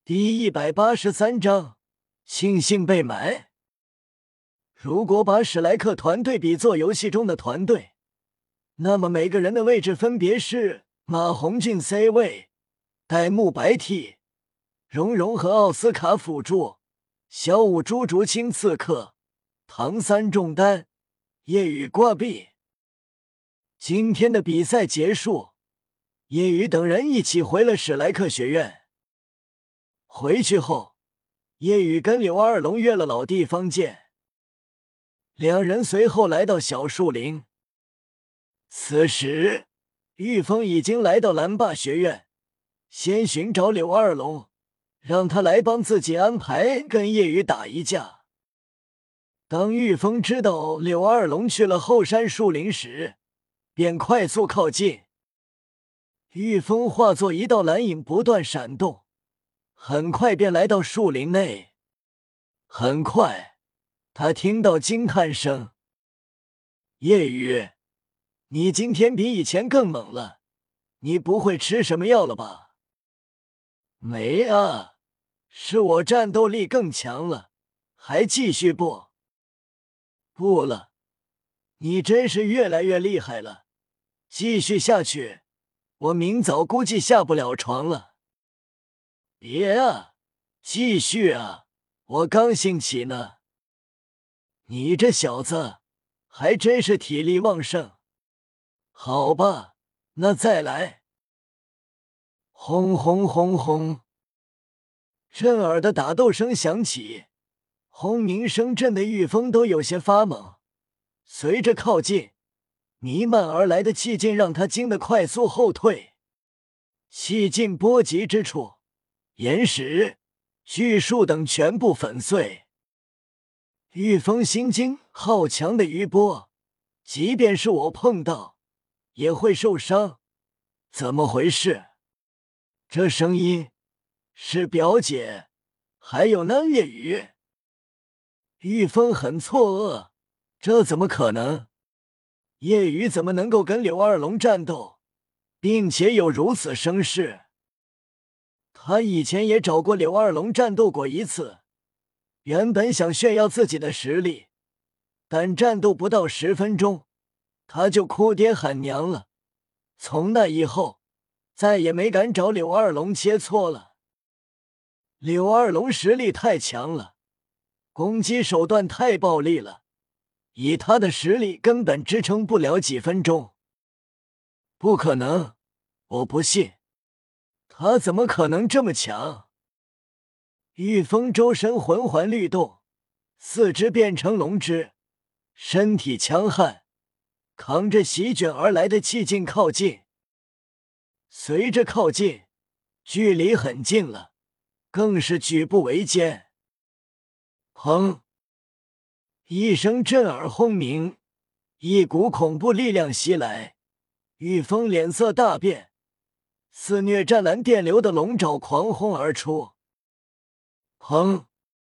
第183章，庆幸被埋。如果把史莱克团队比作游戏中的团队，那么每个人的位置分别是马红俊 C 位、戴沐白 T、蓉蓉和奥斯卡辅助、小舞朱竹清刺客、唐三中单、夜雨挂壁。今天的比赛结束，夜雨等人一起回了史莱克学院。回去后，夜雨跟柳二龙约了老地方见。两人随后来到小树林。此时，玉峰已经来到蓝霸学院，先寻找柳二龙，让他来帮自己安排跟夜雨打一架。当玉峰知道柳二龙去了后山树林时，便快速靠近。玉峰化作一道蓝影不断闪动，很快便来到树林内。很快，他听到惊叹声：“夜雨，你今天比以前更猛了，你不会吃什么药了吧？”“没啊，是我战斗力更强了，还继续不？”“不了，你真是越来越厉害了，继续下去，我明早估计下不了床了。”“别啊，继续啊，我刚兴起呢。”“你这小子还真是体力旺盛。”“好吧，那再来。”轰轰轰轰，震耳的打斗声响起，轰鸣声震得玉峰都有些发懵。随着靠近，弥漫而来的气劲让他惊得快速后退。气劲波及之处，岩石、巨树等全部粉碎。玉峰心惊，好强的余波，即便是我碰到也会受伤，怎么回事？这声音是表姐，还有那夜雨。玉峰很错愕，这怎么可能？夜雨怎么能够跟柳二龙战斗，并且有如此声势？他以前也找过柳二龙战斗过一次，原本想炫耀自己的实力，但战斗不到10分钟，他就哭爹喊娘了。从那以后，再也没敢找柳二龙切磋了。柳二龙实力太强了，攻击手段太暴力了，以他的实力根本支撑不了几分钟。不可能，我不信，他怎么可能这么强？玉峰周身魂环律动，四肢变成龙之，身体强悍，扛着席卷而来的气劲靠近。随着靠近，距离很近了，更是举步维艰。砰！一声震耳轰鸣，一股恐怖力量袭来，玉峰脸色大变，肆虐湛蓝电流的龙爪狂轰而出。砰！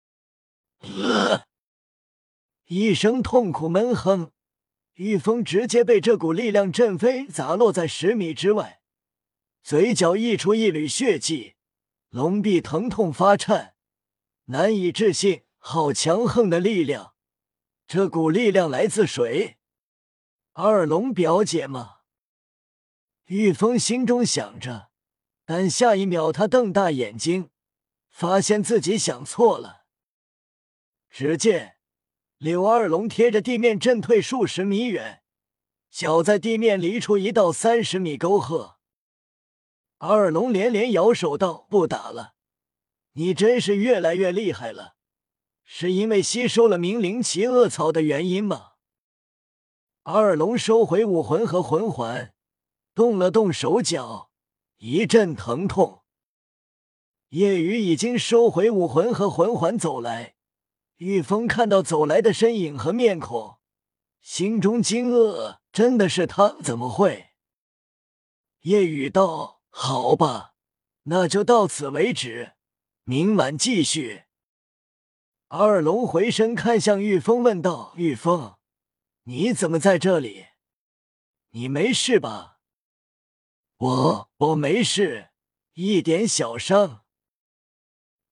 一声痛苦闷哼，玉峰直接被这股力量震飞，砸落在10米之外，嘴角溢出一缕血迹，龙臂疼痛发颤，难以置信，好强横的力量！这股力量来自谁？二龙表姐吗？玉峰心中想着，但下一秒他瞪大眼睛，发现自己想错了。只见柳二龙贴着地面震退数十米远，脚在地面离出一道30米沟壑。二龙连连摇手道：“不打了，你真是越来越厉害了，是因为吸收了冥灵奇恶草的原因吗？”二龙收回武魂和魂环，动了动手脚，一阵疼痛。夜雨已经收回武魂和魂环走来，玉峰看到走来的身影和面孔，心中惊愕，真的是他？怎么会？夜雨道：“好吧，那就到此为止，明晚继续。”二龙回身看向玉峰问道：“玉峰，你怎么在这里？你没事吧？”“我没事，一点小伤。”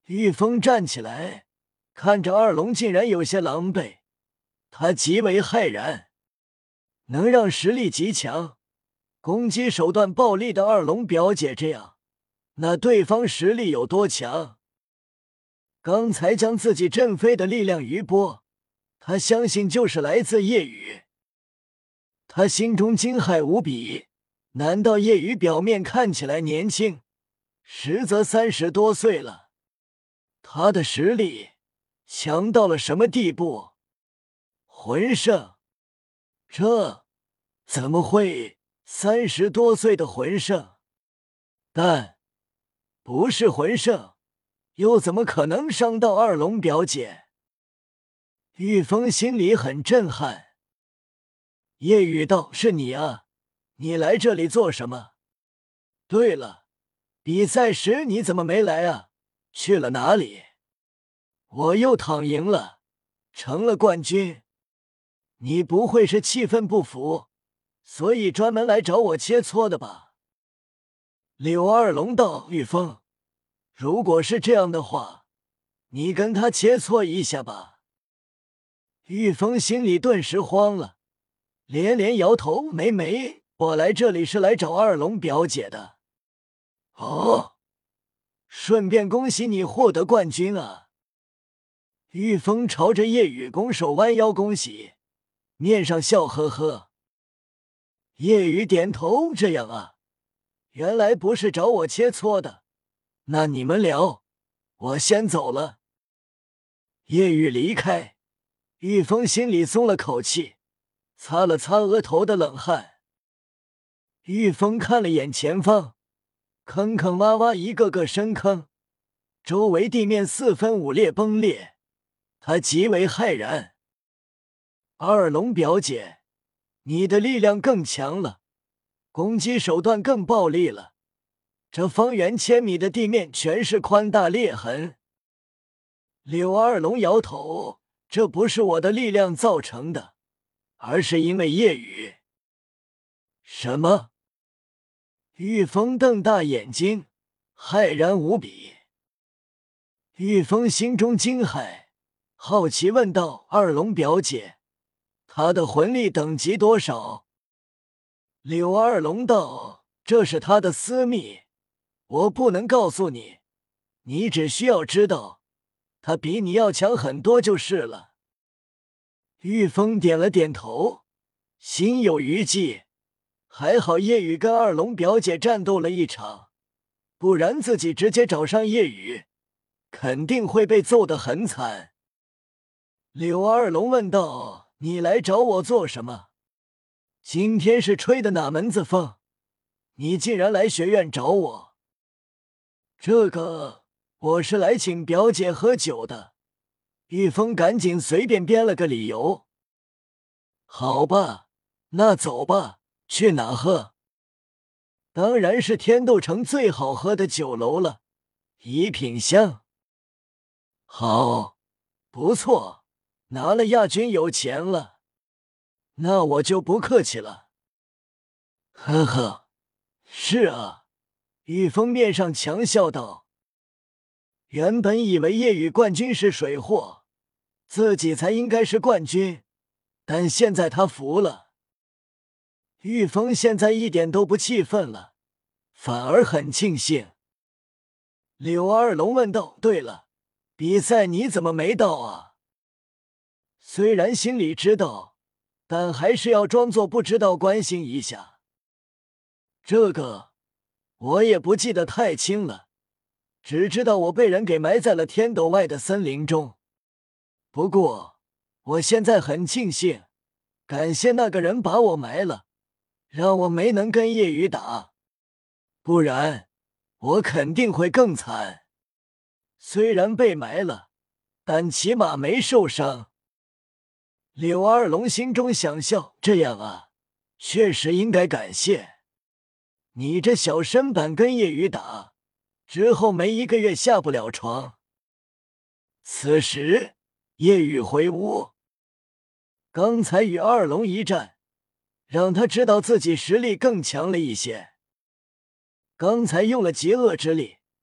玉峰站起来，看着二龙竟然有些狼狈，他极为骇然。能让实力极强、攻击手段暴力的二龙表姐这样，那对方实力有多强？刚才将自己震飞的力量余波，他相信就是来自夜雨。他心中惊骇无比，难道夜雨表面看起来年轻，实则30多岁了？他的实力强到了什么地步？魂圣？这怎么会30多岁的魂圣？但不是魂圣，又怎么可能伤到二龙表姐？玉峰心里很震撼。夜雨道：“是你啊，你来这里做什么？对了，比赛时你怎么没来啊？去了哪里？我又躺赢了，成了冠军。你不会是气愤不服，所以专门来找我切磋的吧？”柳二龙道：“玉峰，如果是这样的话，你跟他切磋一下吧。”玉峰心里顿时慌了，连连摇头：“没，我来这里是来找二龙表姐的。”哦，顺便恭喜你获得冠军啊！玉峰朝着夜雨拱手弯腰恭喜，面上笑呵呵。夜雨点头：“这样啊，原来不是找我切磋的，那你们聊，我先走了。”夜雨离开，玉峰心里松了口气，擦了擦额头的冷汗。玉峰看了眼前方，坑坑洼洼一个个深坑，周围地面4分5裂崩裂，他极为骇然。二龙表姐，你的力量更强了，攻击手段更暴力了，这方圆1000米的地面全是宽大裂痕。柳二龙摇头：“这不是我的力量造成的，而是因为夜雨。”什么？玉峰瞪大眼睛，骇然无比。玉峰心中惊骇，好奇问道：“二龙表姐，他的魂力等级多少？”柳二龙道：“这是他的私密，我不能告诉你，你只需要知道，他比你要强很多就是了。”玉峰点了点头，心有余悸。还好夜雨跟二龙表姐战斗了一场，不然自己直接找上夜雨，肯定会被揍得很惨。柳二龙问道：“你来找我做什么？今天是吹的哪门子风？你竟然来学院找我？”这个，我是来请表姐喝酒的。玉峰赶紧随便编了个理由。好吧，那走吧，去哪喝？当然是天斗城最好喝的酒楼了，一品香。好，不错，拿了亚军有钱了。那我就不客气了。呵呵，是啊，玉峰面上强笑道。原本以为夜雨冠军是水货，自己才应该是冠军，但现在他服了。玉峰现在一点都不气愤了，反而很庆幸。柳二龙问道：“对了，比赛你怎么没到啊？”虽然心里知道，但还是要装作不知道关心一下。这个我也不记得太清了，只知道我被人给埋在了天斗外的森林中。不过我现在很庆幸，感谢那个人把我埋了，让我没能跟夜雨打，不然我肯定会更惨。虽然被埋了，但起码没受伤。柳二龙心中想笑，这样啊，确实应该感谢。你这小身板跟夜雨打，之后没1个月下不了床。此时夜雨回屋，刚才与二龙一战，让他知道自己实力更强了一些。刚才用了极恶之力，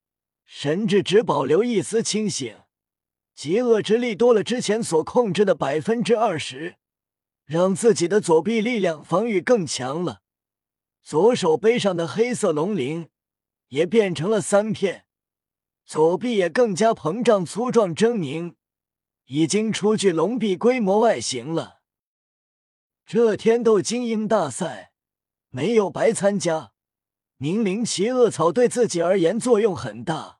神智只保留一丝清醒，极恶之力多了之前所控制的20%，让自己的左臂力量防御更强了。左手背上的黑色龙鳞也变成了3片，左臂也更加膨胀粗壮狰狞，已经初具龙臂规模外形了。这天斗精英大赛没有白参加，明灵奇恶草对自己而言作用很大。